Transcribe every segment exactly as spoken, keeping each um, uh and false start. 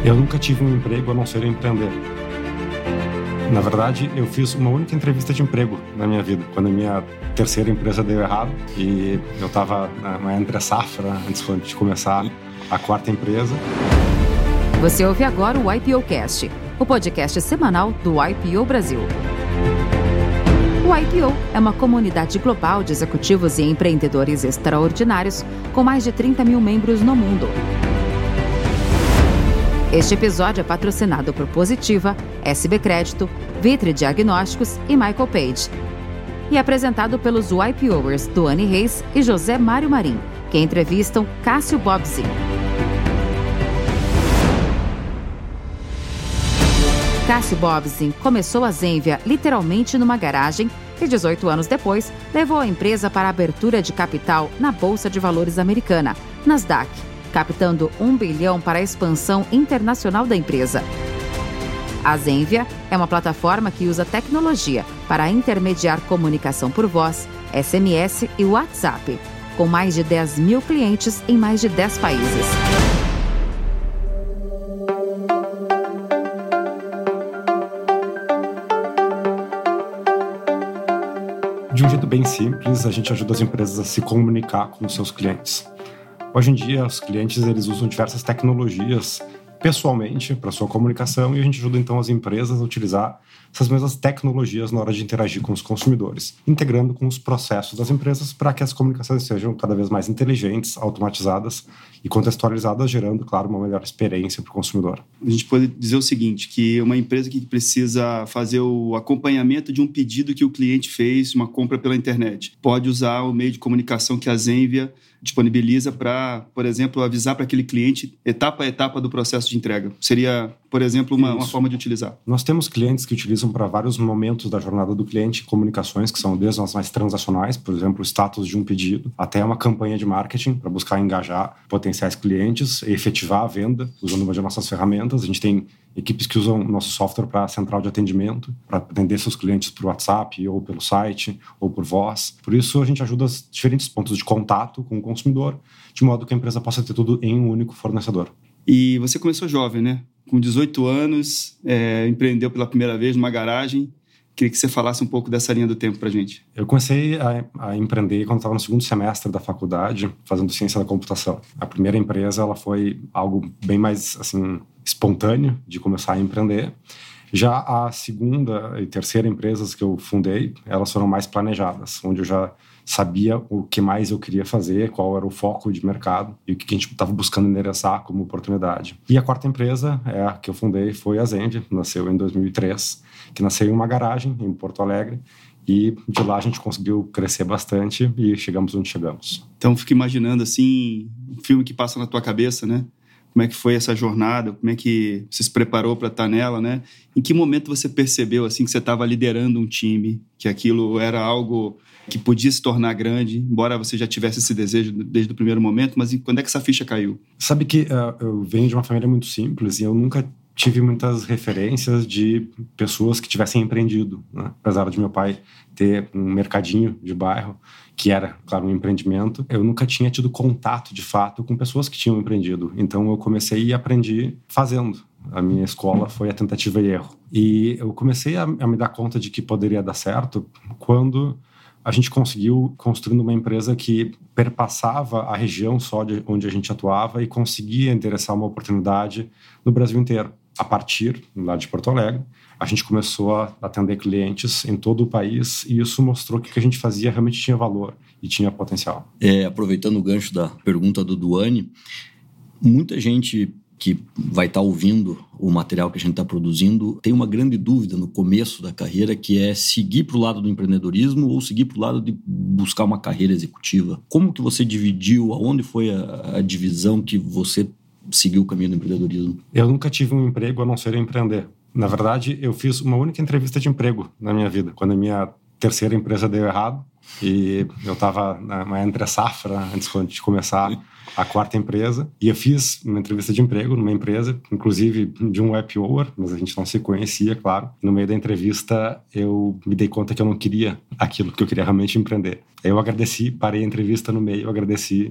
Eu nunca tive um emprego a não ser empreender. Na verdade, eu fiz uma única entrevista de emprego na minha vida, quando a minha terceira empresa deu errado e eu estava na entre-safra antes de começar a quarta empresa. Você ouve agora o IPOcast, o podcast semanal do I P O Brasil. O I P O é uma comunidade global de executivos e empreendedores extraordinários com mais de trinta mil membros no mundo. Este episódio é patrocinado por Positiva, S B Crédito, Vitri Diagnósticos e Michael Page. E apresentado pelos YPOers Duane Reis e José Mário Marim, que entrevistam Cássio Bobsin. Cássio Bobsin começou a Zenvia literalmente numa garagem e, dezoito anos depois, levou a empresa para a abertura de capital na Bolsa de Valores americana, Nasdaq, captando um bilhão para a expansão internacional da empresa. A Zenvia é uma plataforma que usa tecnologia para intermediar comunicação por voz, S M S e WhatsApp, com mais de dez mil clientes em mais de dez países. De um jeito bem simples, a gente ajuda as empresas a se comunicar com os seus clientes. Hoje em dia, os clientes eles usam diversas tecnologias pessoalmente para sua comunicação e a gente ajuda então as empresas a utilizar essas mesmas tecnologias na hora de interagir com os consumidores, integrando com os processos das empresas para que as comunicações sejam cada vez mais inteligentes, automatizadas e contextualizadas, gerando, claro, uma melhor experiência para o consumidor. A gente pode dizer o seguinte, que uma empresa que precisa fazer o acompanhamento de um pedido que o cliente fez, uma compra pela internet, pode usar o meio de comunicação que a Zenvia disponibiliza para, por exemplo, avisar para aquele cliente etapa a etapa do processo de entrega. Seria, por exemplo, uma, uma forma de utilizar. Nós temos clientes que utilizam para vários momentos da jornada do cliente comunicações que são desde as mais transacionais, por exemplo, o status de um pedido, até uma campanha de marketing para buscar engajar potenciais clientes e efetivar a venda usando uma de nossas ferramentas. A gente tem equipes que usam nosso software para central de atendimento, para atender seus clientes por WhatsApp, ou pelo site, ou por voz. Por isso, a gente ajuda os diferentes pontos de contato com o consumidor, de modo que a empresa possa ter tudo em um único fornecedor. E você começou jovem, né? Com dezoito anos, é, empreendeu pela primeira vez numa garagem. Queria que você falasse um pouco dessa linha do tempo para a gente. Eu comecei a, a empreender quando estava no segundo semestre da faculdade, fazendo ciência da computação. A primeira empresa ela foi algo bem mais assim, espontâneo de começar a empreender. Já a segunda e terceira empresas que eu fundei, elas foram mais planejadas, onde eu já sabia o que mais eu queria fazer, qual era o foco de mercado e o que a gente estava buscando endereçar como oportunidade. E a quarta empresa, é a que eu fundei, foi a Zenvia, nasceu em dois mil e três, que nasceu em uma garagem em Porto Alegre e de lá a gente conseguiu crescer bastante e chegamos onde chegamos. Então, fico imaginando assim, um filme que passa na tua cabeça, né? Como é que foi essa jornada? Como é que você se preparou para estar nela, né? Em que momento você percebeu assim que você estava liderando um time, que aquilo era algo que podia se tornar grande, embora você já tivesse esse desejo desde o primeiro momento, mas quando é que essa ficha caiu? Sabe que uh, eu venho de uma família muito simples e eu nunca tive muitas referências de pessoas que tivessem empreendido, né? Apesar de meu pai ter um mercadinho de bairro, que era, claro, um empreendimento, eu nunca tinha tido contato, de fato, com pessoas que tinham empreendido. Então, eu comecei e aprendi fazendo. A minha escola foi a tentativa e erro. E eu comecei a, a me dar conta de que poderia dar certo quando a gente conseguiu construir uma empresa que perpassava a região só de onde a gente atuava e conseguia endereçar uma oportunidade no Brasil inteiro. A partir lá de Porto Alegre, a gente começou a atender clientes em todo o país e isso mostrou que o que a gente fazia realmente tinha valor e tinha potencial. É, aproveitando o gancho da pergunta do Duane, muita gente que vai estar ouvindo o material que a gente está produzindo tem uma grande dúvida no começo da carreira, que é seguir para o lado do empreendedorismo ou seguir para o lado de buscar uma carreira executiva. Como que você dividiu, aonde foi a, a divisão que você seguiu o caminho do empreendedorismo? Eu nunca tive um emprego a não ser empreender. Na verdade, eu fiz uma única entrevista de emprego na minha vida, quando a minha terceira empresa deu errado e eu estava na entre-safra antes de começar a quarta empresa e eu fiz uma entrevista de emprego numa empresa, inclusive de um YPOer, mas a gente não se conhecia, claro. No meio da entrevista eu me dei conta que eu não queria aquilo, que eu queria realmente empreender. Eu agradeci, parei a entrevista no meio, eu agradeci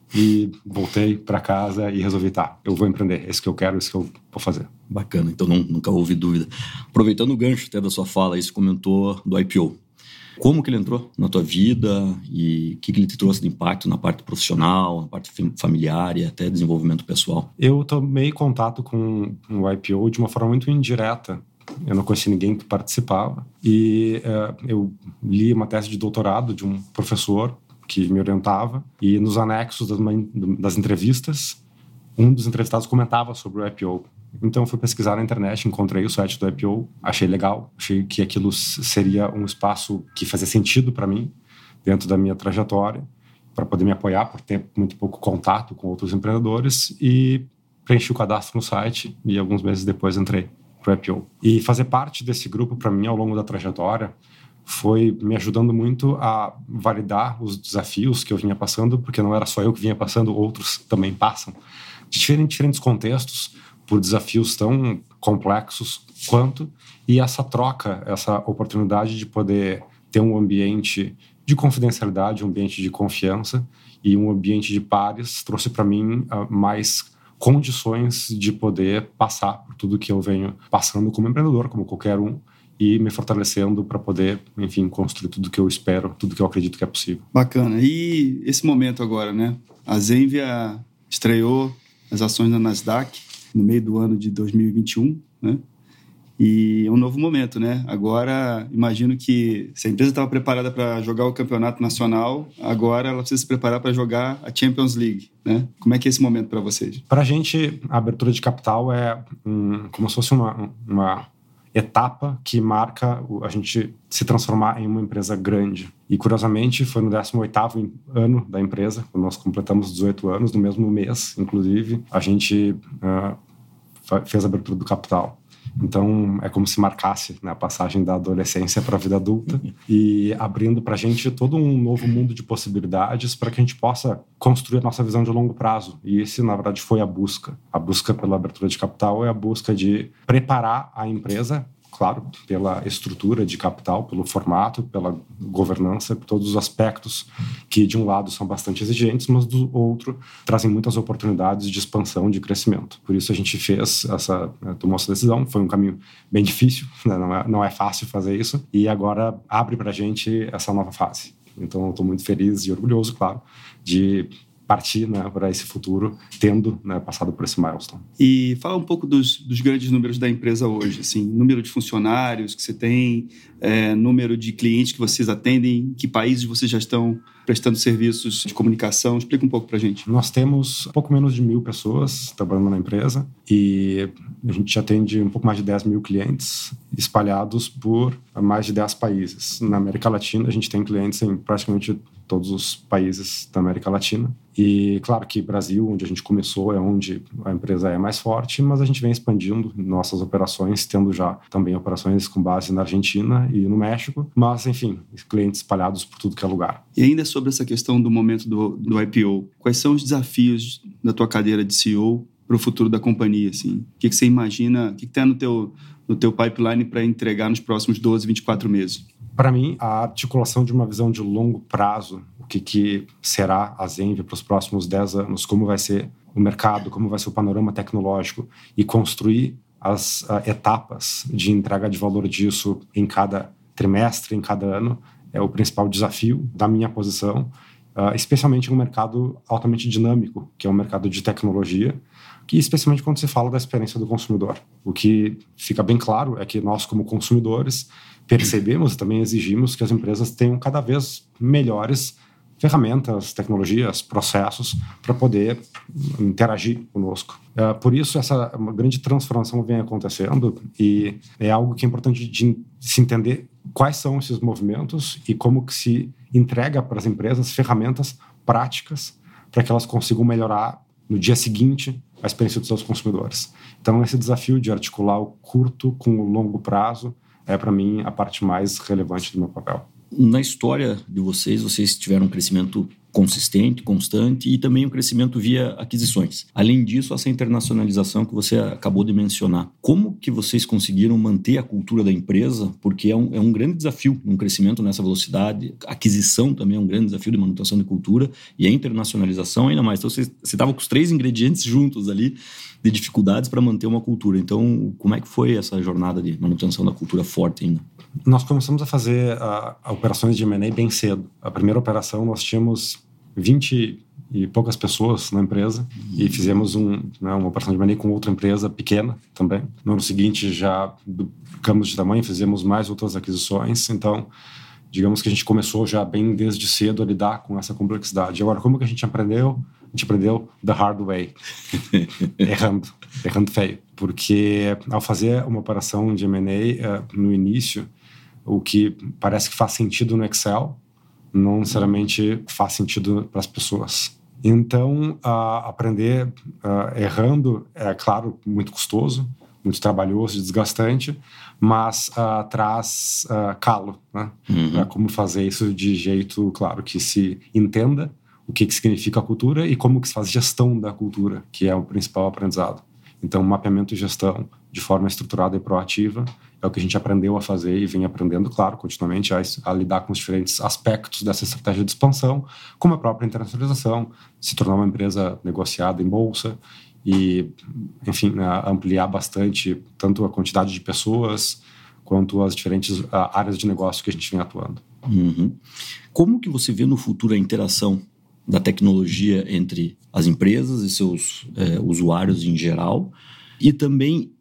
e voltei para casa e resolvi, tá, eu vou empreender, é isso que eu quero, é isso que eu vou fazer. Bacana, então não, nunca houve dúvida. Aproveitando o gancho até da sua fala, aí você comentou do I P O. Como que ele entrou na tua vida e o que, que ele te trouxe de impacto na parte profissional, na parte familiar e até desenvolvimento pessoal? Eu tomei contato com o I P O de uma forma muito indireta. Eu não conhecia ninguém que participava e uh, eu li uma tese de doutorado de um professor que me orientava e nos anexos das, das entrevistas, um dos entrevistados comentava sobre o I P O. Então, eu fui pesquisar na internet, encontrei o site do I P O, achei legal, achei que aquilo seria um espaço que fazia sentido para mim, dentro da minha trajetória, para poder me apoiar, por ter muito pouco contato com outros empreendedores, e preenchi o cadastro no site, e alguns meses depois entrei para o I P O. E fazer parte desse grupo, para mim, ao longo da trajetória, foi me ajudando muito a validar os desafios que eu vinha passando, porque não era só eu que vinha passando, outros também passam, de diferentes, diferentes contextos, por desafios tão complexos quanto, e essa troca, essa oportunidade de poder ter um ambiente de confidencialidade, um ambiente de confiança e um ambiente de pares, trouxe para mim uh, mais condições de poder passar por tudo que eu venho passando como empreendedor, como qualquer um, e me fortalecendo para poder, enfim, construir tudo que eu espero, tudo que eu acredito que é possível. Bacana. E esse momento agora, né? A Zenvia estreou as ações na Nasdaq no meio do ano de dois mil e vinte e um, né? E é um novo momento, né? Agora, imagino que se a empresa estava preparada para jogar o campeonato nacional, agora ela precisa se preparar para jogar a Champions League, né? Como é que é esse momento para vocês? Para a gente, a abertura de capital é um, como se fosse uma, uma etapa que marca a gente se transformar em uma empresa grande. E, curiosamente, foi no décimo oitavo ano da empresa, quando nós completamos dezoito anos, no mesmo mês, inclusive, a gente uh, fez a abertura do capital. Então, é como se marcasse, né, a passagem da adolescência para a vida adulta e abrindo para a gente todo um novo mundo de possibilidades para que a gente possa construir a nossa visão de longo prazo. E esse, na verdade, foi a busca. A busca pela abertura de capital é a busca de preparar a empresa, claro, pela estrutura de capital, pelo formato, pela governança, por todos os aspectos que, de um lado, são bastante exigentes, mas do outro, trazem muitas oportunidades de expansão, de crescimento. Por isso a gente fez essa, tomou essa decisão. Foi um caminho bem difícil, né? não, é, não é fácil fazer isso, e agora abre para a gente essa nova fase. Então, eu estou muito feliz e orgulhoso, claro, de partir, né, para esse futuro, tendo, né, passado por esse milestone. E fala um pouco dos, dos grandes números da empresa hoje, assim, número de funcionários que você tem, é, número de clientes que vocês atendem, em que países vocês já estão prestando serviços de comunicação. Explica um pouco para a gente. Nós temos pouco menos de mil pessoas trabalhando na empresa e a gente atende um pouco mais de dez mil clientes espalhados por mais de dez países. Na América Latina, a gente tem clientes em praticamente todos os países da América Latina. E claro que Brasil, onde a gente começou, é onde a empresa é mais forte, mas a gente vem expandindo nossas operações, tendo já também operações com base na Argentina e no México, mas enfim, clientes espalhados por tudo que é lugar. E ainda sobre essa questão do momento do, do I P O, quais são os desafios da tua cadeira de C E O para o futuro da companhia? Assim? O que, que você imagina, o que está no teu, no teu pipeline para entregar nos próximos doze, vinte e quatro meses? Para mim, a articulação de uma visão de longo prazo, o que, que será a Zenvia para os próximos dez anos, como vai ser o mercado, como vai ser o panorama tecnológico e construir as uh, etapas de entrega de valor disso em cada trimestre, em cada ano, é o principal desafio da minha posição, uh, especialmente em um mercado altamente dinâmico, que é o mercado de tecnologia, que especialmente quando se fala da experiência do consumidor. O que fica bem claro é que nós, como consumidores, percebemos e também exigimos que as empresas tenham cada vez melhores ferramentas, tecnologias, processos para poder interagir conosco. Uh, por isso, essa uma grande transformação vem acontecendo e é algo que é importante de se entender quais são esses movimentos e como que se entrega para as empresas ferramentas práticas para que elas consigam melhorar no dia seguinte a experiência dos seus consumidores. Então, esse desafio de articular o curto com o longo prazo é, para mim, a parte mais relevante do meu papel. Na história de vocês, vocês tiveram um crescimento consistente, constante e também o crescimento via aquisições. Além disso, essa internacionalização que você acabou de mencionar. Como que vocês conseguiram manter a cultura da empresa? Porque é um, é um grande desafio, um crescimento nessa velocidade. A aquisição também é um grande desafio de manutenção de cultura e a internacionalização ainda mais. Então, você estava com os três ingredientes juntos ali de dificuldades para manter uma cultura. Então, como é que foi essa jornada de manutenção da cultura forte ainda? Nós começamos a fazer a, a operações de M and A bem cedo. A primeira operação nós tínhamos vinte e poucas pessoas na empresa uhum. e fizemos um, né, uma operação de M and A com outra empresa pequena também. No ano seguinte já duplicamos de tamanho, fizemos mais outras aquisições. Então, digamos que a gente começou já bem desde cedo a lidar com essa complexidade. Agora, como que a gente aprendeu? A gente aprendeu the hard way, errando, errando feio. Porque ao fazer uma operação de M and A uh, no início, o que parece que faz sentido no Excel, não necessariamente faz sentido para as pessoas. Então, uh, aprender uh, errando é, claro, muito custoso, muito trabalhoso e desgastante, mas uh, traz uh, calo, né? Uhum. Para como fazer isso de jeito, claro, que se entenda o que, que significa a cultura e como que se faz gestão da cultura, que é o principal aprendizado. Então, mapeamento e gestão de forma estruturada e proativa é o que a gente aprendeu a fazer e vem aprendendo, claro, continuamente a, a lidar com os diferentes aspectos dessa estratégia de expansão, como a própria internacionalização, se tornar uma empresa negociada em bolsa e, enfim, ampliar bastante tanto a quantidade de pessoas quanto as diferentes áreas de negócio que a gente vem atuando. Uhum. Como que você vê no futuro a interação da tecnologia entre as empresas e seus é, usuários em geral, e também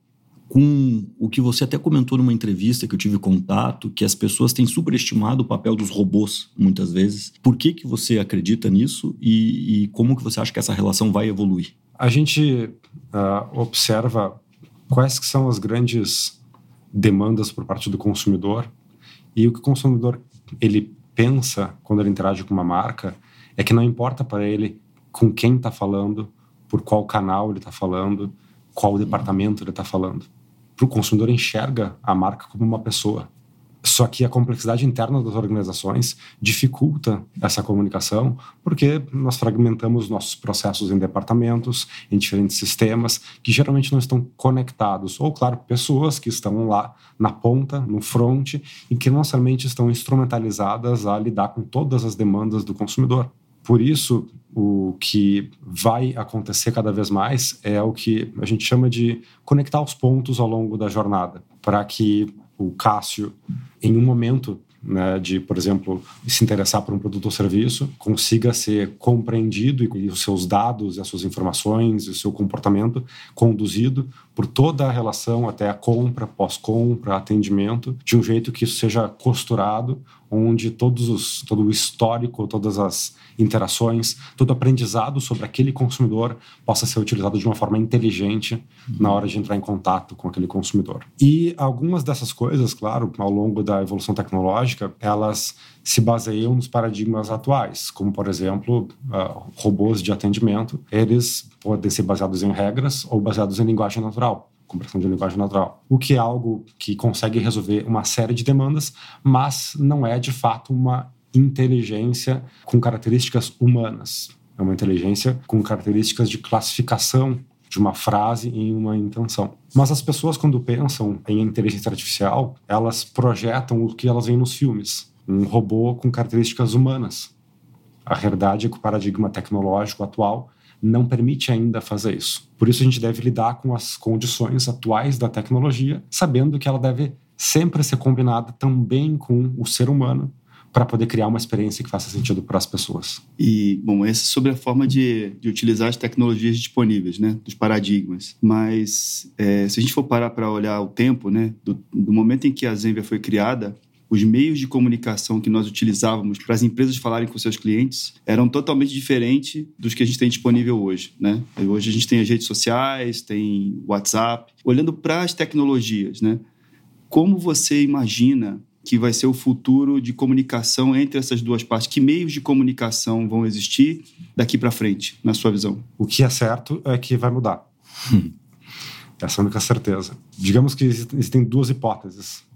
com o que você até comentou numa entrevista que eu tive contato, que as pessoas têm superestimado o papel dos robôs, muitas vezes. Por que que você acredita nisso e, e como que você acha que essa relação vai evoluir? A gente uh, observa quais que são as grandes demandas por parte do consumidor e o que o consumidor ele pensa quando ele interage com uma marca é que não importa para ele com quem está falando, por qual canal ele está falando, qual departamento ele está falando. O consumidor enxerga a marca como uma pessoa. Só que a complexidade interna das organizações dificulta essa comunicação porque nós fragmentamos nossos processos em departamentos, em diferentes sistemas que geralmente não estão conectados. Ou, claro, pessoas que estão lá na ponta, no front, e que não necessariamente estão instrumentalizadas a lidar com todas as demandas do consumidor. Por isso, o que vai acontecer cada vez mais é o que a gente chama de conectar os pontos ao longo da jornada, para que o Cássio, em um momento, né, de, por exemplo, se interessar por um produto ou serviço, consiga ser compreendido e os seus dados, as suas informações e o seu comportamento conduzido por toda a relação até a compra, pós-compra, atendimento, de um jeito que isso seja costurado, onde todos os, todo o histórico, todas as interações, todo o aprendizado sobre aquele consumidor possa ser utilizado de uma forma inteligente uhum. na hora de entrar em contato com aquele consumidor. E algumas dessas coisas, claro, ao longo da evolução tecnológica, elas se baseiam nos paradigmas atuais, como, por exemplo, uh, robôs de atendimento. Eles podem ser baseados em regras ou baseados em linguagem natural, compreensão de linguagem natural, o que é algo que consegue resolver uma série de demandas, mas não é, de fato, uma inteligência com características humanas. É uma inteligência com características de classificação de uma frase em uma intenção. Mas as pessoas, quando pensam em inteligência artificial, elas projetam o que elas veem nos filmes. Um robô com características humanas. A realidade é que o paradigma tecnológico atual não permite ainda fazer isso. Por isso a gente deve lidar com as condições atuais da tecnologia, sabendo que ela deve sempre ser combinada também com o ser humano para poder criar uma experiência que faça sentido para as pessoas. E, bom, essa é sobre a forma de, de utilizar as tecnologias disponíveis, né, dos paradigmas. Mas, é, se a gente for parar para olhar o tempo, né, do, do momento em que a Zenvia foi criada, os meios de comunicação que nós utilizávamos para as empresas falarem com seus clientes eram totalmente diferentes dos que a gente tem disponível hoje, né? Hoje a gente tem as redes sociais, tem WhatsApp. Olhando para as tecnologias, né? Como você imagina que vai ser o futuro de comunicação entre essas duas partes? Que meios de comunicação vão existir daqui para frente, na sua visão? O que é certo é que vai mudar. Hum. Essa é a única certeza. Digamos que existem duas hipóteses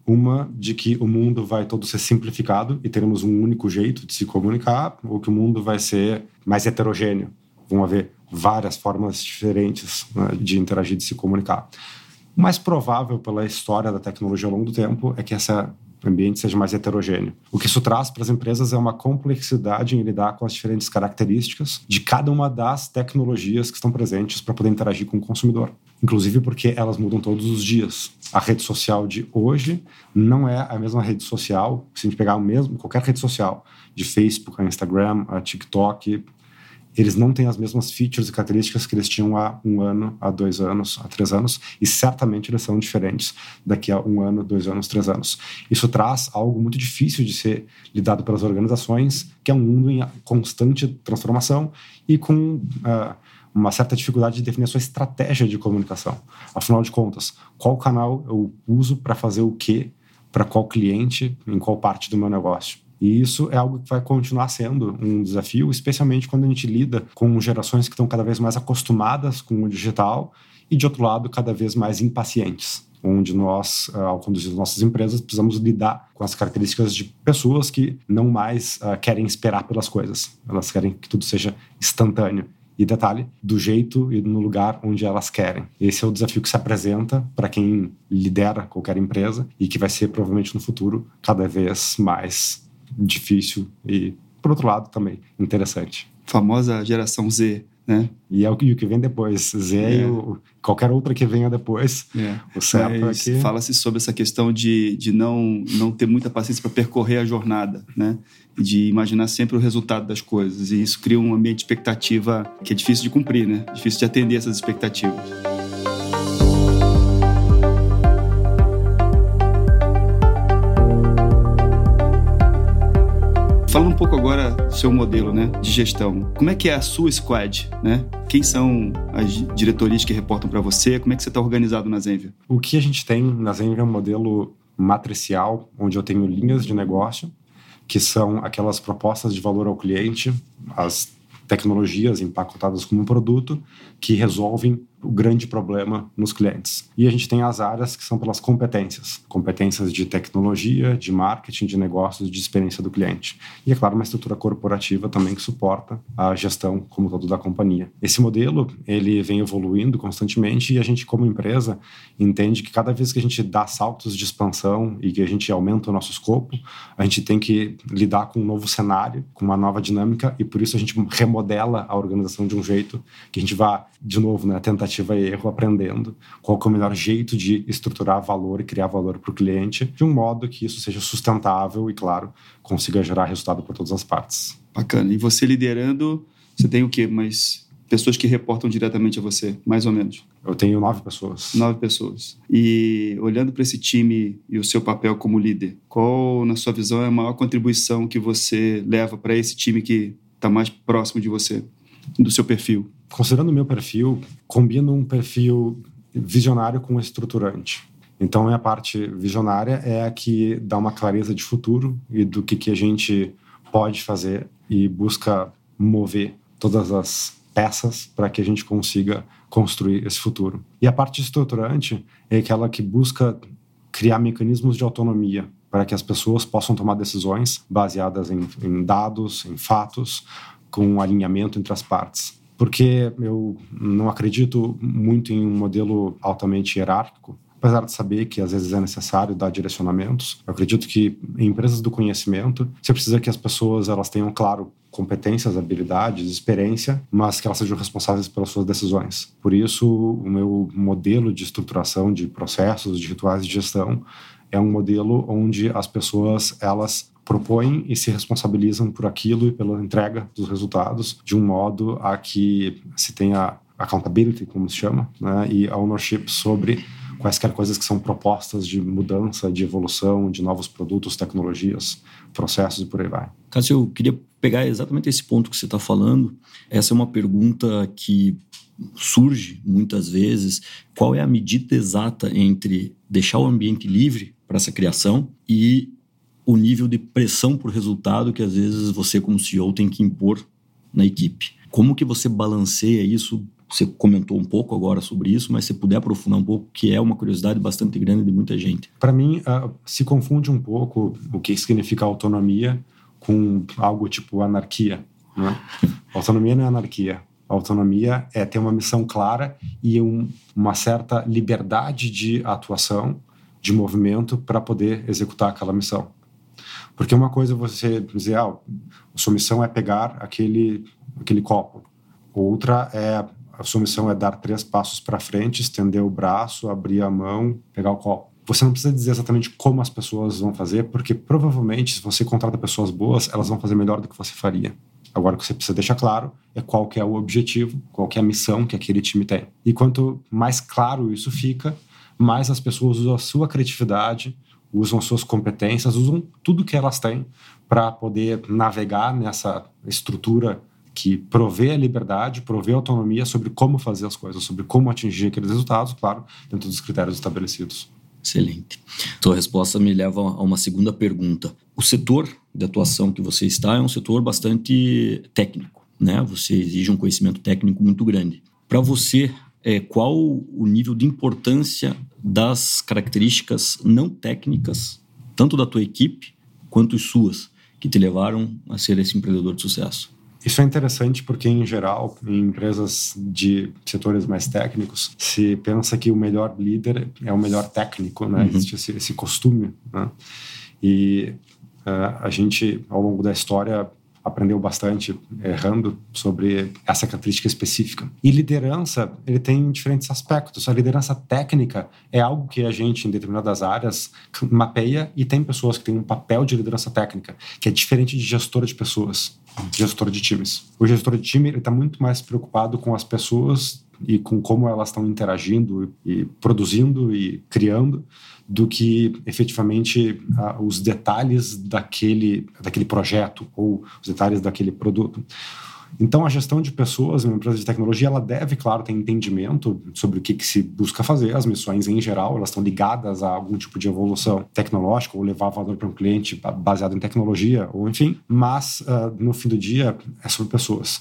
Uma de que o mundo vai todo ser simplificado e teremos um único jeito de se comunicar, ou que o mundo vai ser mais heterogêneo. Vão haver várias formas diferentes, né, de interagir, de se comunicar. O mais provável pela história da tecnologia ao longo do tempo é que esse ambiente seja mais heterogêneo. O que isso traz para as empresas é uma complexidade em lidar com as diferentes características de cada uma das tecnologias que estão presentes para poder interagir com o consumidor. Inclusive porque elas mudam todos os dias. A rede social de hoje não é a mesma rede social, se a gente pegar o mesmo, qualquer rede social, de Facebook, a Instagram, a TikTok, eles não têm as mesmas features e características que eles tinham há um ano, há dois anos, há três anos, e certamente eles são diferentes daqui a um ano, dois anos, três anos. Isso traz algo muito difícil de ser lidado pelas organizações, que é um mundo em constante transformação e com uh, uma certa dificuldade de definir a sua estratégia de comunicação. Afinal de contas, qual canal eu uso para fazer o quê, para qual cliente, em qual parte do meu negócio? E isso é algo que vai continuar sendo um desafio, especialmente quando a gente lida com gerações que estão cada vez mais acostumadas com o digital e, de outro lado, cada vez mais impacientes, onde nós, ao conduzir as nossas empresas, precisamos lidar com as características de pessoas que não mais uh, querem esperar pelas coisas. Elas querem que tudo seja instantâneo. E detalhe, do jeito e no lugar onde elas querem. Esse é o desafio que se apresenta para quem lidera qualquer empresa e que vai ser, provavelmente, no futuro, cada vez mais difícil e, por outro lado, também interessante. Famosa geração Z, né? E é o que, o que vem depois. Z é. e o, qualquer outra que venha depois. É. O certo é que... Fala-se sobre essa questão de, de não, não ter muita paciência para percorrer a jornada, né? E de imaginar sempre o resultado das coisas. E isso cria um ambiente de expectativa que é difícil de cumprir, né? Difícil de atender essas expectativas. Falando um pouco agora do seu modelo, né, de gestão. Como é que é a sua squad, né? Quem são as diretorias que reportam para você? Como é que você está organizado na Zenvia? O que a gente tem na Zenvia é um modelo matricial, onde eu tenho linhas de negócio, que são aquelas propostas de valor ao cliente, as tecnologias empacotadas como um produto que resolvem o grande problema nos clientes. E a gente tem as áreas que são pelas competências. Competências de tecnologia, de marketing, de negócios, de experiência do cliente. E, é claro, uma estrutura corporativa também que suporta a gestão como todo da companhia. Esse modelo, ele vem evoluindo constantemente e a gente, como empresa, entende que cada vez que a gente dá saltos de expansão e que a gente aumenta o nosso escopo, a gente tem que lidar com um novo cenário, com uma nova dinâmica e, por isso, a gente remodela a organização de um jeito que a gente vá, de novo, né, tentativa e erro, aprendendo qual é o melhor jeito de estruturar valor e criar valor para o cliente, de um modo que isso seja sustentável e, claro, consiga gerar resultado para todas as partes. Bacana. E você liderando, você tem o quê? Mais pessoas que reportam diretamente a você, mais ou menos? Eu tenho nove pessoas. Nove pessoas. E olhando para esse time e o seu papel como líder, qual, na sua visão, é a maior contribuição que você leva para esse time que está mais próximo de você, do seu perfil? Considerando o meu perfil, combino um perfil visionário com estruturante. Então, a minha parte visionária é a que dá uma clareza de futuro e do que, que a gente pode fazer e busca mover todas as peças para que a gente consiga construir esse futuro. E a parte estruturante é aquela que busca criar mecanismos de autonomia para que as pessoas possam tomar decisões baseadas em, em dados, em fatos, com um alinhamento entre as partes. Porque eu não acredito muito em um modelo altamente hierárquico, apesar de saber que às vezes é necessário dar direcionamentos. Eu acredito que em empresas do conhecimento, você precisa que as pessoas elas tenham, claro, competências, habilidades, experiência, mas que elas sejam responsáveis pelas suas decisões. Por isso, o meu modelo de estruturação de processos, de rituais de gestão, é um modelo onde as pessoas elas propõem e se responsabilizam por aquilo e pela entrega dos resultados de um modo a que se tenha accountability, como se chama, né, e ownership sobre quaisquer coisas que são propostas de mudança, de evolução, de novos produtos, tecnologias, processos e por aí vai. Cássio, eu queria pegar exatamente esse ponto que você está falando. Essa é uma pergunta que surge muitas vezes. Qual é a medida exata entre deixar o ambiente livre para essa criação e o nível de pressão por resultado que às vezes você como C E O tem que impor na equipe? Como que você balanceia isso você comentou um pouco agora sobre isso, mas se puder aprofundar um pouco, que é uma curiosidade bastante grande de muita gente. Para mim, uh, se confunde um pouco o que significa autonomia com algo tipo anarquia, né? Autonomia não é anarquia. Autonomia é ter uma missão clara e um, uma certa liberdade de atuação, de movimento, para poder executar aquela missão. Porque uma coisa é você dizer, ah, a sua missão é pegar aquele, aquele copo. Outra é, a sua missão é dar três passos para frente, estender o braço, abrir a mão, pegar o copo. Você não precisa dizer exatamente como as pessoas vão fazer, porque provavelmente, se você contrata pessoas boas, elas vão fazer melhor do que você faria. Agora, o que você precisa deixar claro é qual que é o objetivo, qual que é a missão que aquele time tem. E quanto mais claro isso fica, mais as pessoas usam a sua criatividade, usam as suas competências, usam tudo que elas têm para poder navegar nessa estrutura que provê a liberdade, provê a autonomia sobre como fazer as coisas, sobre como atingir aqueles resultados, claro, dentro dos critérios estabelecidos. Excelente. Sua resposta me leva a uma segunda pergunta. O setor de atuação que você está é um setor bastante técnico, né? Você exige um conhecimento técnico muito grande. Para você, é, qual o nível de importância das características não técnicas, tanto da tua equipe quanto as suas, que te levaram a ser esse empreendedor de sucesso? Isso é interessante porque, em geral, em empresas de setores mais técnicos, se pensa que o melhor líder é o melhor técnico, né? Uhum. Existe esse, esse costume, né? E uh, a gente, ao longo da história, aprendeu bastante errando sobre essa característica específica. E liderança, ele tem diferentes aspectos. A liderança técnica é algo que a gente, em determinadas áreas, mapeia, e tem pessoas que têm um papel de liderança técnica, que é diferente de gestora de pessoas, gestor de times. O gestor de time está muito mais preocupado com as pessoas e com como elas estão interagindo e produzindo e criando, do que efetivamente uh, os detalhes daquele, daquele projeto ou os detalhes daquele produto. Então, a gestão de pessoas em uma empresa de tecnologia, ela deve, claro, ter entendimento sobre o que, que se busca fazer. As missões, em geral, elas estão ligadas a algum tipo de evolução tecnológica ou levar valor para um cliente baseado em tecnologia, ou enfim. Mas, uh, no fim do dia, é sobre pessoas.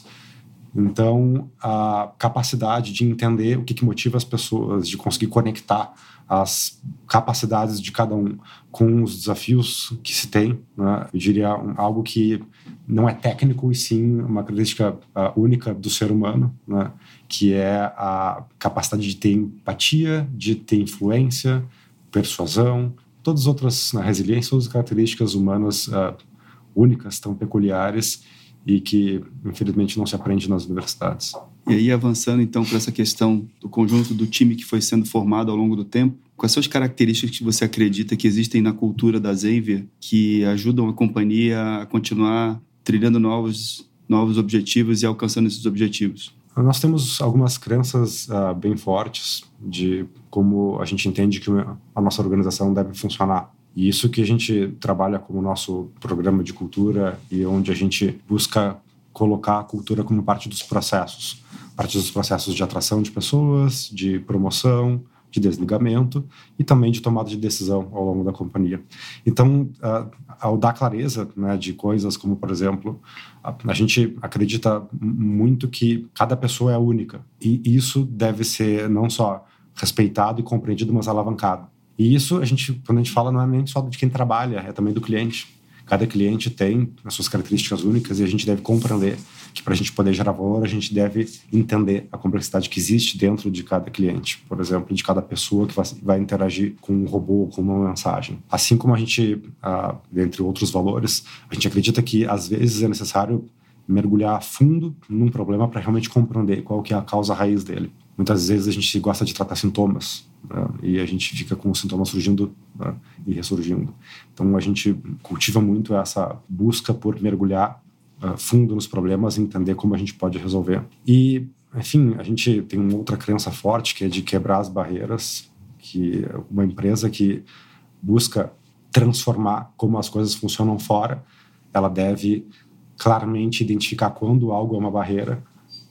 Então, a capacidade de entender o que, que motiva as pessoas, de conseguir conectar as capacidades de cada um com os desafios que se tem, né? Eu diria um, algo que não é técnico, e sim uma característica uh, única do ser humano, né? Que é a capacidade de ter empatia, de ter influência, persuasão, todas as outras, né, resiliências, características humanas uh, únicas, tão peculiares, e que, infelizmente, não se aprende nas universidades. E aí, avançando, então, para essa questão do conjunto do time que foi sendo formado ao longo do tempo, quais são as características que você acredita que existem na cultura da Zenvia que ajudam a companhia a continuar trilhando novos, novos objetivos e alcançando esses objetivos? Nós temos algumas crenças uh, bem fortes de como a gente entende que a nossa organização deve funcionar. E isso que a gente trabalha como nosso programa de cultura, e onde a gente busca colocar a cultura como parte dos processos. Parte dos processos de atração de pessoas, de promoção, de desligamento e também de tomada de decisão ao longo da companhia. Então, uh, ao dar clareza, né, de coisas como, por exemplo, a, a gente acredita muito que cada pessoa é única. E isso deve ser não só respeitado e compreendido, mas alavancado. E isso, a gente, quando a gente fala, não é nem só de quem trabalha, é também do cliente. Cada cliente tem as suas características únicas e a gente deve compreender que, para a gente poder gerar valor, a gente deve entender a complexidade que existe dentro de cada cliente. Por exemplo, de cada pessoa que vai, vai interagir com um robô ou com uma mensagem. Assim como a gente, ah, dentre outros valores, a gente acredita que, às vezes, é necessário mergulhar a fundo num problema para realmente compreender qual que é a causa raiz dele. Muitas vezes a gente gosta de tratar sintomas, né? E a gente fica com os sintomas surgindo, né, e ressurgindo. Então a gente cultiva muito essa busca por mergulhar uh, fundo nos problemas e entender como a gente pode resolver. E, enfim, a gente tem uma outra crença forte, que é de quebrar as barreiras, que é uma empresa que busca transformar como as coisas funcionam fora, ela deve claramente identificar quando algo é uma barreira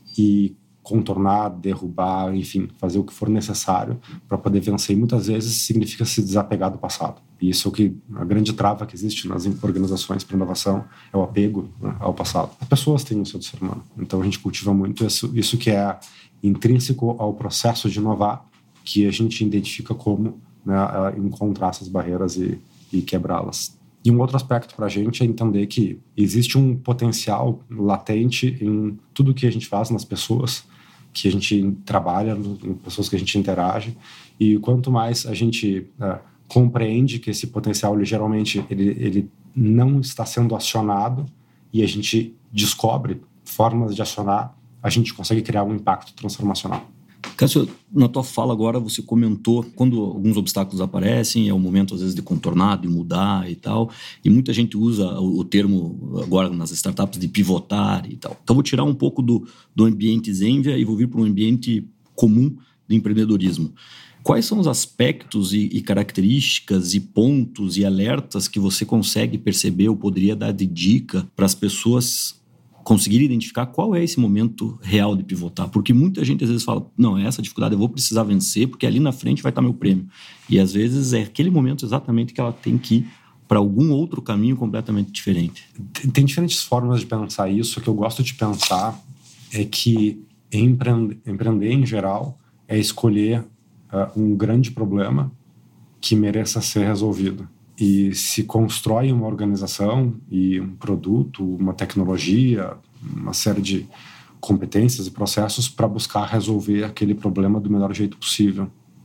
e contornar, derrubar, enfim, fazer o que for necessário para poder vencer. E muitas vezes significa se desapegar do passado. E isso é o que, a grande trava que existe nas organizações para inovação, é o apego, né, ao passado. As pessoas têm o seu ser humano. Então a gente cultiva muito isso, isso que é intrínseco ao processo de inovar que a gente identifica como, né, encontrar essas barreiras e, e quebrá-las. E um outro aspecto para a gente é entender que existe um potencial latente em tudo que a gente faz nas pessoas que a gente trabalha, em pessoas que a gente interage, e quanto mais a gente uh, compreende que esse potencial, ele, geralmente, ele, ele não está sendo acionado e a gente descobre formas de acionar, a gente consegue criar um impacto transformacional. Cássio, na tua fala agora você comentou quando alguns obstáculos aparecem, é o momento às vezes de contornar, de mudar e tal, e muita gente usa o termo agora nas startups de pivotar e tal. Então vou tirar um pouco do, do ambiente Zenvia e vou vir para um ambiente comum de empreendedorismo. Quais são os aspectos e, e características e pontos e alertas que você consegue perceber ou poderia dar de dica para as pessoas conseguir identificar qual é esse momento real de pivotar? Porque muita gente às vezes fala, não, é essa dificuldade eu vou precisar vencer porque ali na frente vai estar meu prêmio. E às vezes é aquele momento exatamente que ela tem que ir para algum outro caminho completamente diferente. Tem, tem diferentes formas de pensar isso. O que eu gosto de pensar é que empreender, empreender em geral é escolher uh, um grande problema que mereça ser resolvido. E se constrói uma organização e um produto, uma tecnologia, uma série de competências e processos para buscar resolver aquele problema do melhor jeito possível.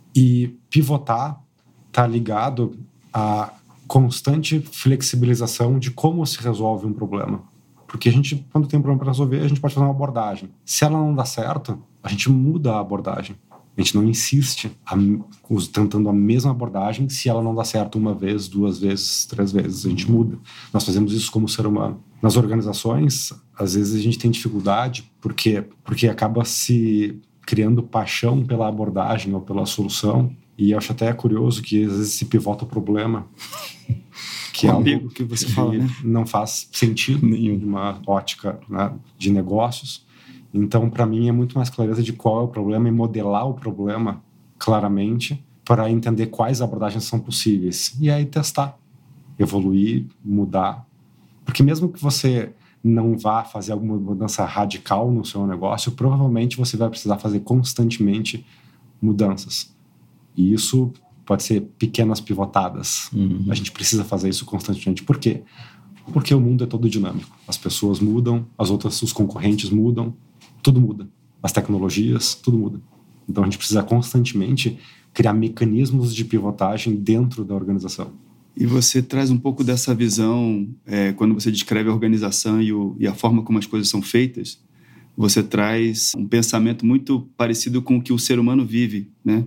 E pivotar está ligado à constante flexibilização de como se resolve um problema. Porque a gente, quando tem um problema para resolver, a gente pode fazer uma abordagem. Se ela não dá certo, a gente muda a abordagem. A gente não insiste a, tentando a mesma abordagem se ela não dá certo uma vez, duas vezes, três vezes. A gente muda. Nós fazemos isso como ser humano. Nas organizações, às vezes a gente tem dificuldade porque, porque acaba se criando paixão pela abordagem ou pela solução. E eu acho até curioso que às vezes se pivota o problema. Que é algo que você fala, né? Não faz sentido nenhum de uma ótica, né, de negócios. Então, para mim, é muito mais clareza de qual é o problema e modelar o problema claramente para entender quais abordagens são possíveis. E aí testar, evoluir, mudar. Porque mesmo que você não vá fazer alguma mudança radical no seu negócio, provavelmente você vai precisar fazer constantemente mudanças. E isso pode ser pequenas pivotadas. Uhum. A gente precisa fazer isso constantemente. Por quê? Porque o mundo é todo dinâmico. As pessoas mudam, as outras, os concorrentes mudam, tudo muda. As tecnologias, tudo muda. Então a gente precisa constantemente criar mecanismos de pivotagem dentro da organização. E você traz um pouco dessa visão, é, quando você descreve a organização e, o, e a forma como as coisas são feitas, você traz um pensamento muito parecido com o que o ser humano vive, né?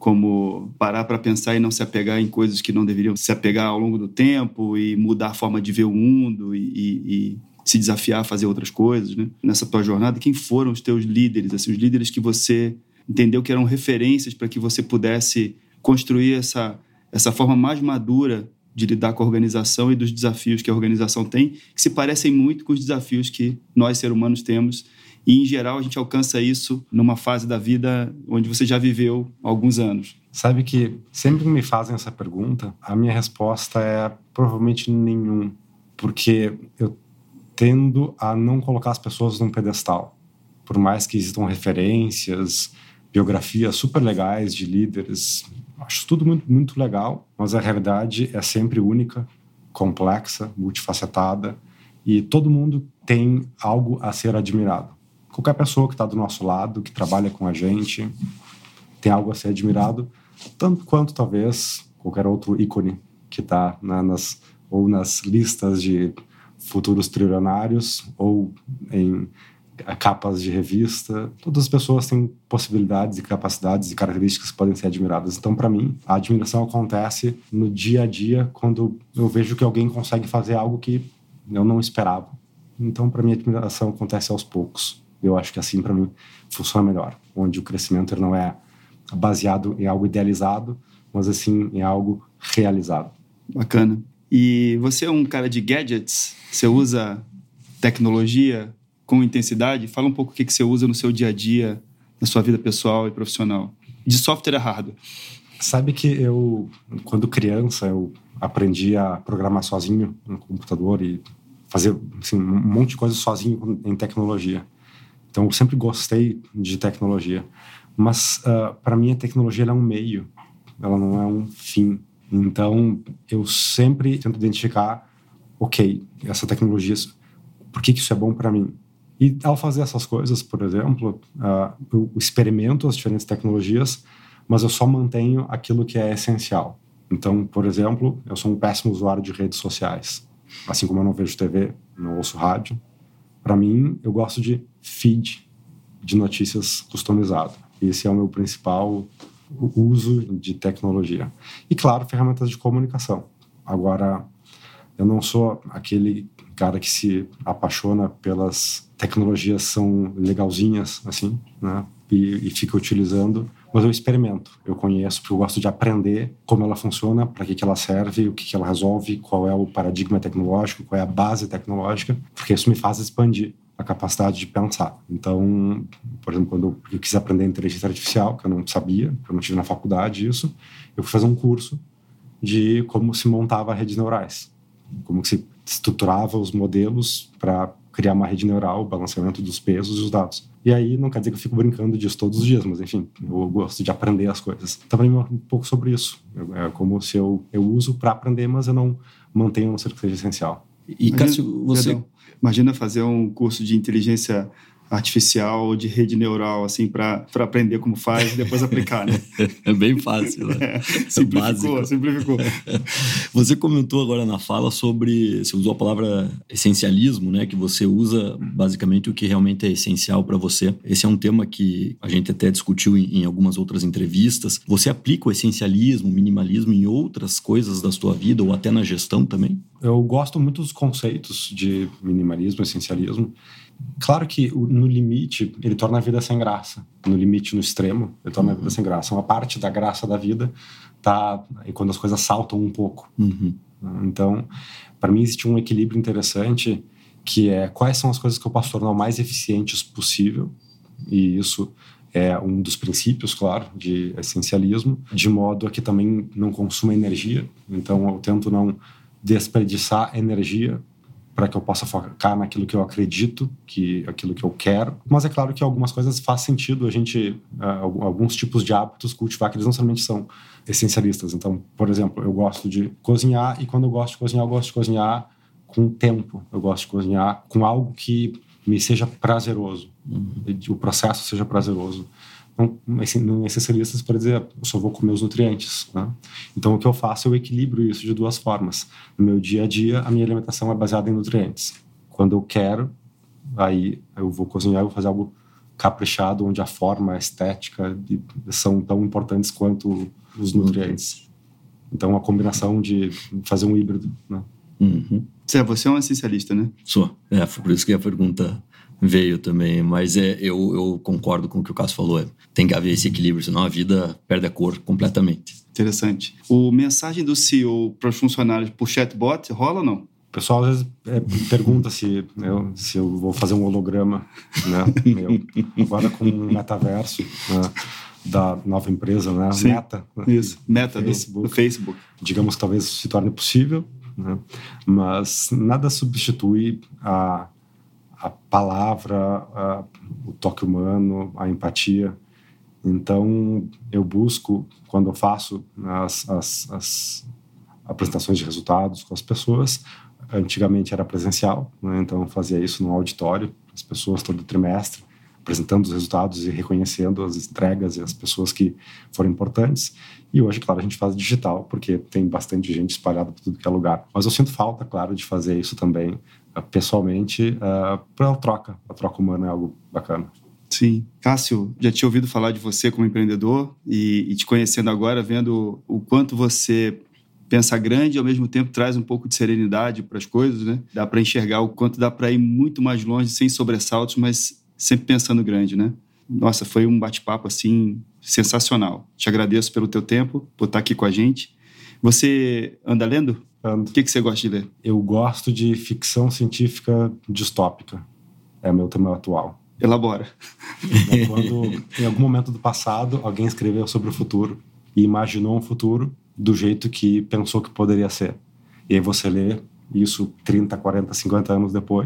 Como parar para pensar e não se apegar em coisas que não deveriam se apegar ao longo do tempo e mudar a forma de ver o mundo e, e, e se desafiar a fazer outras coisas, né? Nessa tua jornada, quem foram os teus líderes, assim, os líderes que você entendeu que eram referências para que você pudesse construir essa, essa forma mais madura de lidar com a organização e dos desafios que a organização tem, que se parecem muito com os desafios que nós, seres humanos, temos. E, em geral, a gente alcança isso numa fase da vida onde você já viveu há alguns anos. Sabe que sempre que me fazem essa pergunta, a minha resposta é provavelmente nenhum. Porque eu tendo a não colocar as pessoas num pedestal. Por mais que existam referências, biografias super legais de líderes, acho tudo muito, muito legal, mas a realidade é sempre única, complexa, multifacetada, e todo mundo tem algo a ser admirado. Qualquer pessoa que está do nosso lado, que trabalha com a gente, tem algo a ser admirado, tanto quanto talvez qualquer outro ícone que está na, nas, ou nas listas de futuros trilionários ou em capas de revista. Todas as pessoas têm possibilidades e capacidades e características que podem ser admiradas. Então, para mim, a admiração acontece no dia a dia quando eu vejo que alguém consegue fazer algo que eu não esperava. Então, para mim, a admiração acontece aos poucos. Eu acho que assim, para mim, funciona melhor. Onde o crescimento não é baseado em algo idealizado, mas assim, em algo realizado. Bacana. E você é um cara de gadgets? Você usa tecnologia com intensidade? Fala um pouco o que você usa no seu dia a dia, na sua vida pessoal e profissional. De software a hardware. Sabe que eu, quando criança, eu aprendi a programar sozinho no computador e fazer assim, um monte de coisas sozinho em tecnologia. Então, eu sempre gostei de tecnologia. Mas, uh, para mim, a tecnologia ela é um meio. Ela não é um fim. Então, eu sempre tento identificar, ok, essa tecnologia, por que, que isso é bom para mim? E, ao fazer essas coisas, por exemplo, uh, eu experimento as diferentes tecnologias, mas eu só mantenho aquilo que é essencial. Então, por exemplo, eu sou um péssimo usuário de redes sociais. Assim como eu não vejo T V, não ouço rádio. Para mim, eu gosto de feed de notícias customizado. Esse é o meu principal uso de tecnologia. E, claro, ferramentas de comunicação. Agora, eu não sou aquele cara que se apaixona pelas tecnologias são legalzinhas, assim, né? E, e fica utilizando, mas eu experimento. Eu conheço, porque eu gosto de aprender como ela funciona, para que, que ela serve, o que, que ela resolve, qual é o paradigma tecnológico, qual é a base tecnológica, porque isso me faz expandir a capacidade de pensar. Então, por exemplo, quando eu quis aprender inteligência artificial, que eu não sabia, que eu não tive na faculdade isso, eu fui fazer um curso de como se montava redes neurais, como que se estruturava os modelos para criar uma rede neural, o balanceamento dos pesos e os dados. E aí, não quer dizer que eu fico brincando disso todos os dias, mas enfim, eu gosto de aprender as coisas. Então, para mim, é um pouco sobre isso. É como se eu, eu uso para aprender, mas eu não mantenho, a não ser que seja essencial. E, Cássio, você... Perdão. Imagina fazer um curso de inteligência artificial, de rede neural, assim, para aprender como faz e depois aplicar, né? É bem fácil, né? É, simplificou, é simplificou. Você comentou agora na fala sobre, você usou a palavra essencialismo, né? Que você usa basicamente o que realmente é essencial para você. Esse é um tema que a gente até discutiu em, em algumas outras entrevistas. Você aplica o essencialismo, o minimalismo em outras coisas da sua vida ou até na gestão também? Eu gosto muito dos conceitos de minimalismo, essencialismo. Claro que no limite ele torna a vida sem graça. No limite, no extremo, ele torna uhum. a vida sem graça. Uma parte da graça da vida tá quando as coisas saltam um pouco. Uhum. Então, para mim existe um equilíbrio interessante que é quais são as coisas que eu posso tornar o mais eficientes possível. E isso é um dos princípios, claro, de essencialismo, de modo a que também não consuma energia. Então, eu tento não desperdiçar energia para que eu possa focar naquilo que eu acredito, que aquilo que eu quero. Mas é claro que algumas coisas faz sentido a gente, uh, alguns tipos de hábitos cultivar que eles não somente são essencialistas. Então, por exemplo, eu gosto de cozinhar e quando eu gosto de cozinhar, eu gosto de cozinhar com tempo. Eu gosto de cozinhar com algo que me seja prazeroso, uhum. o processo seja prazeroso. Não, não essencialistas para dizer, eu só vou comer os nutrientes, né? Então, o que eu faço, eu equilibro isso de duas formas. No meu dia a dia, a minha alimentação é baseada em nutrientes. Quando eu quero, aí eu vou cozinhar, eu vou fazer algo caprichado, onde a forma, a estética são tão importantes quanto os nutrientes. Então, a combinação de fazer um híbrido, né? Uhum. Você é um essencialista, né? Sou. É, foi por isso que a pergunta veio também, mas é, eu, eu concordo com o que o Cássio falou. É, tem que haver esse equilíbrio, senão a vida perde a cor completamente. Interessante. O mensagem do C E O para os funcionários por chatbot rola ou não? O pessoal às vezes é, pergunta se eu, se eu vou fazer um holograma, né? Eu, agora com um metaverso, né? Da nova empresa, né? Sim, Meta. Isso, Meta do Facebook. do Facebook. Digamos que talvez se torne possível, né? Mas nada substitui a a palavra, a, o toque humano, a empatia. Então, eu busco, quando eu faço as, as, as apresentações de resultados com as pessoas, antigamente era presencial, né? Então eu fazia isso no auditório, as pessoas todo trimestre, apresentando os resultados e reconhecendo as entregas e as pessoas que foram importantes. E hoje, claro, a gente faz digital, porque tem bastante gente espalhada por tudo que é lugar. Mas eu sinto falta, claro, de fazer isso também pessoalmente, uh, para a troca. A troca humana é algo bacana. Sim. Cássio, já tinha ouvido falar de você como empreendedor e, e te conhecendo agora, vendo o quanto você pensa grande e ao mesmo tempo traz um pouco de serenidade para as coisas, né? Dá para enxergar o quanto dá para ir muito mais longe, sem sobressaltos, mas sempre pensando grande, né? Nossa, foi um bate-papo assim sensacional. Te agradeço pelo teu tempo, por estar aqui com a gente. Você anda lendo? Ando. O que, que você gosta de ler? Eu gosto de ficção científica distópica. É o meu tema atual. Elabora. É quando, em algum momento do passado, alguém escreveu sobre o futuro e imaginou um futuro do jeito que pensou que poderia ser. E aí você lê isso trinta, quarenta, cinquenta anos depois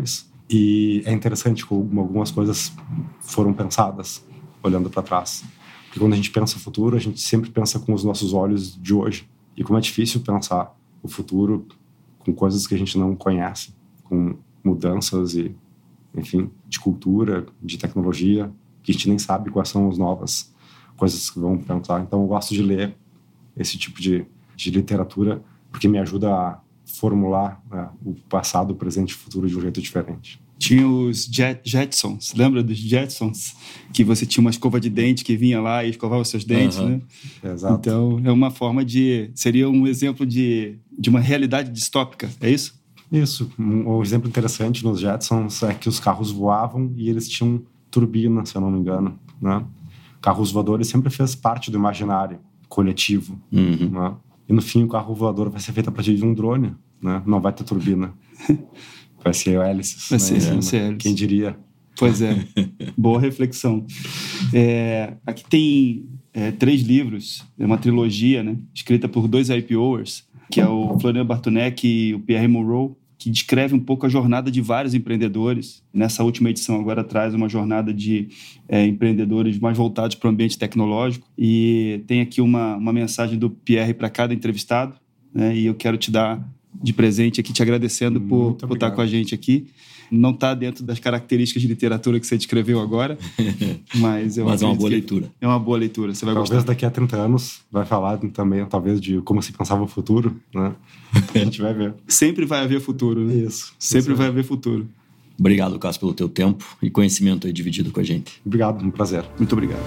E é interessante como algumas coisas foram pensadas olhando para trás. Porque quando a gente pensa o futuro, a gente sempre pensa com os nossos olhos de hoje. E como é difícil pensar o futuro com coisas que a gente não conhece, com mudanças e, enfim, de cultura, de tecnologia, que a gente nem sabe quais são as novas coisas que vão pensar. Então eu gosto de ler esse tipo de, de literatura porque me ajuda a formular, né, o passado, o presente e o futuro de um jeito diferente. Tinha os Jet, Jetsons, lembra dos Jetsons? Que você tinha uma escova de dente que vinha lá e escovava os seus dentes, uhum. né? Exato. Então, é uma forma de... Seria um exemplo de, de uma realidade distópica, é isso? Isso. Um, um exemplo interessante nos Jetsons é que os carros voavam e eles tinham turbina, se eu não me engano, né? Carros voadores sempre fez parte do imaginário coletivo, uhum. né? E no fim o carro voador vai ser feito a partir de um drone, né? Não vai ter turbina. Vai ser hélices. Vai ser, né? sim, ser hélices. Quem diria? Pois é. Boa reflexão. É, aqui tem é, três livros, é uma trilogia, né? Escrita por dois IPOers, que é o Florian Bartunek e o Pierre Monroe, que descreve um pouco a jornada de vários empreendedores. Nessa última edição agora traz uma jornada de é, empreendedores mais voltados para o ambiente tecnológico. E tem aqui uma, uma mensagem do Pierre para cada entrevistado, né? E eu quero te dar de presente aqui, te agradecendo por, por estar com a gente aqui. Não está dentro das características de literatura que você descreveu agora, mas eu mas é uma boa leitura. É uma boa leitura, você vai talvez gostar. Talvez daqui a trinta anos vai falar também, talvez, de como se pensava o futuro, né? A gente vai ver. Sempre vai haver futuro, né? Isso. Sempre isso vai é. haver futuro. Obrigado, Cássio, pelo teu tempo e conhecimento aí dividido com a gente. Obrigado, um prazer. Muito obrigado.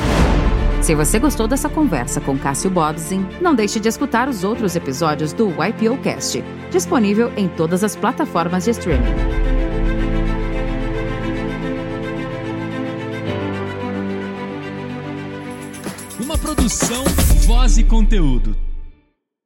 Se você gostou dessa conversa com Cássio Bobsin, não deixe de escutar os outros episódios do YPOcast, disponível em todas as plataformas de streaming. Uma produção, voz e conteúdo.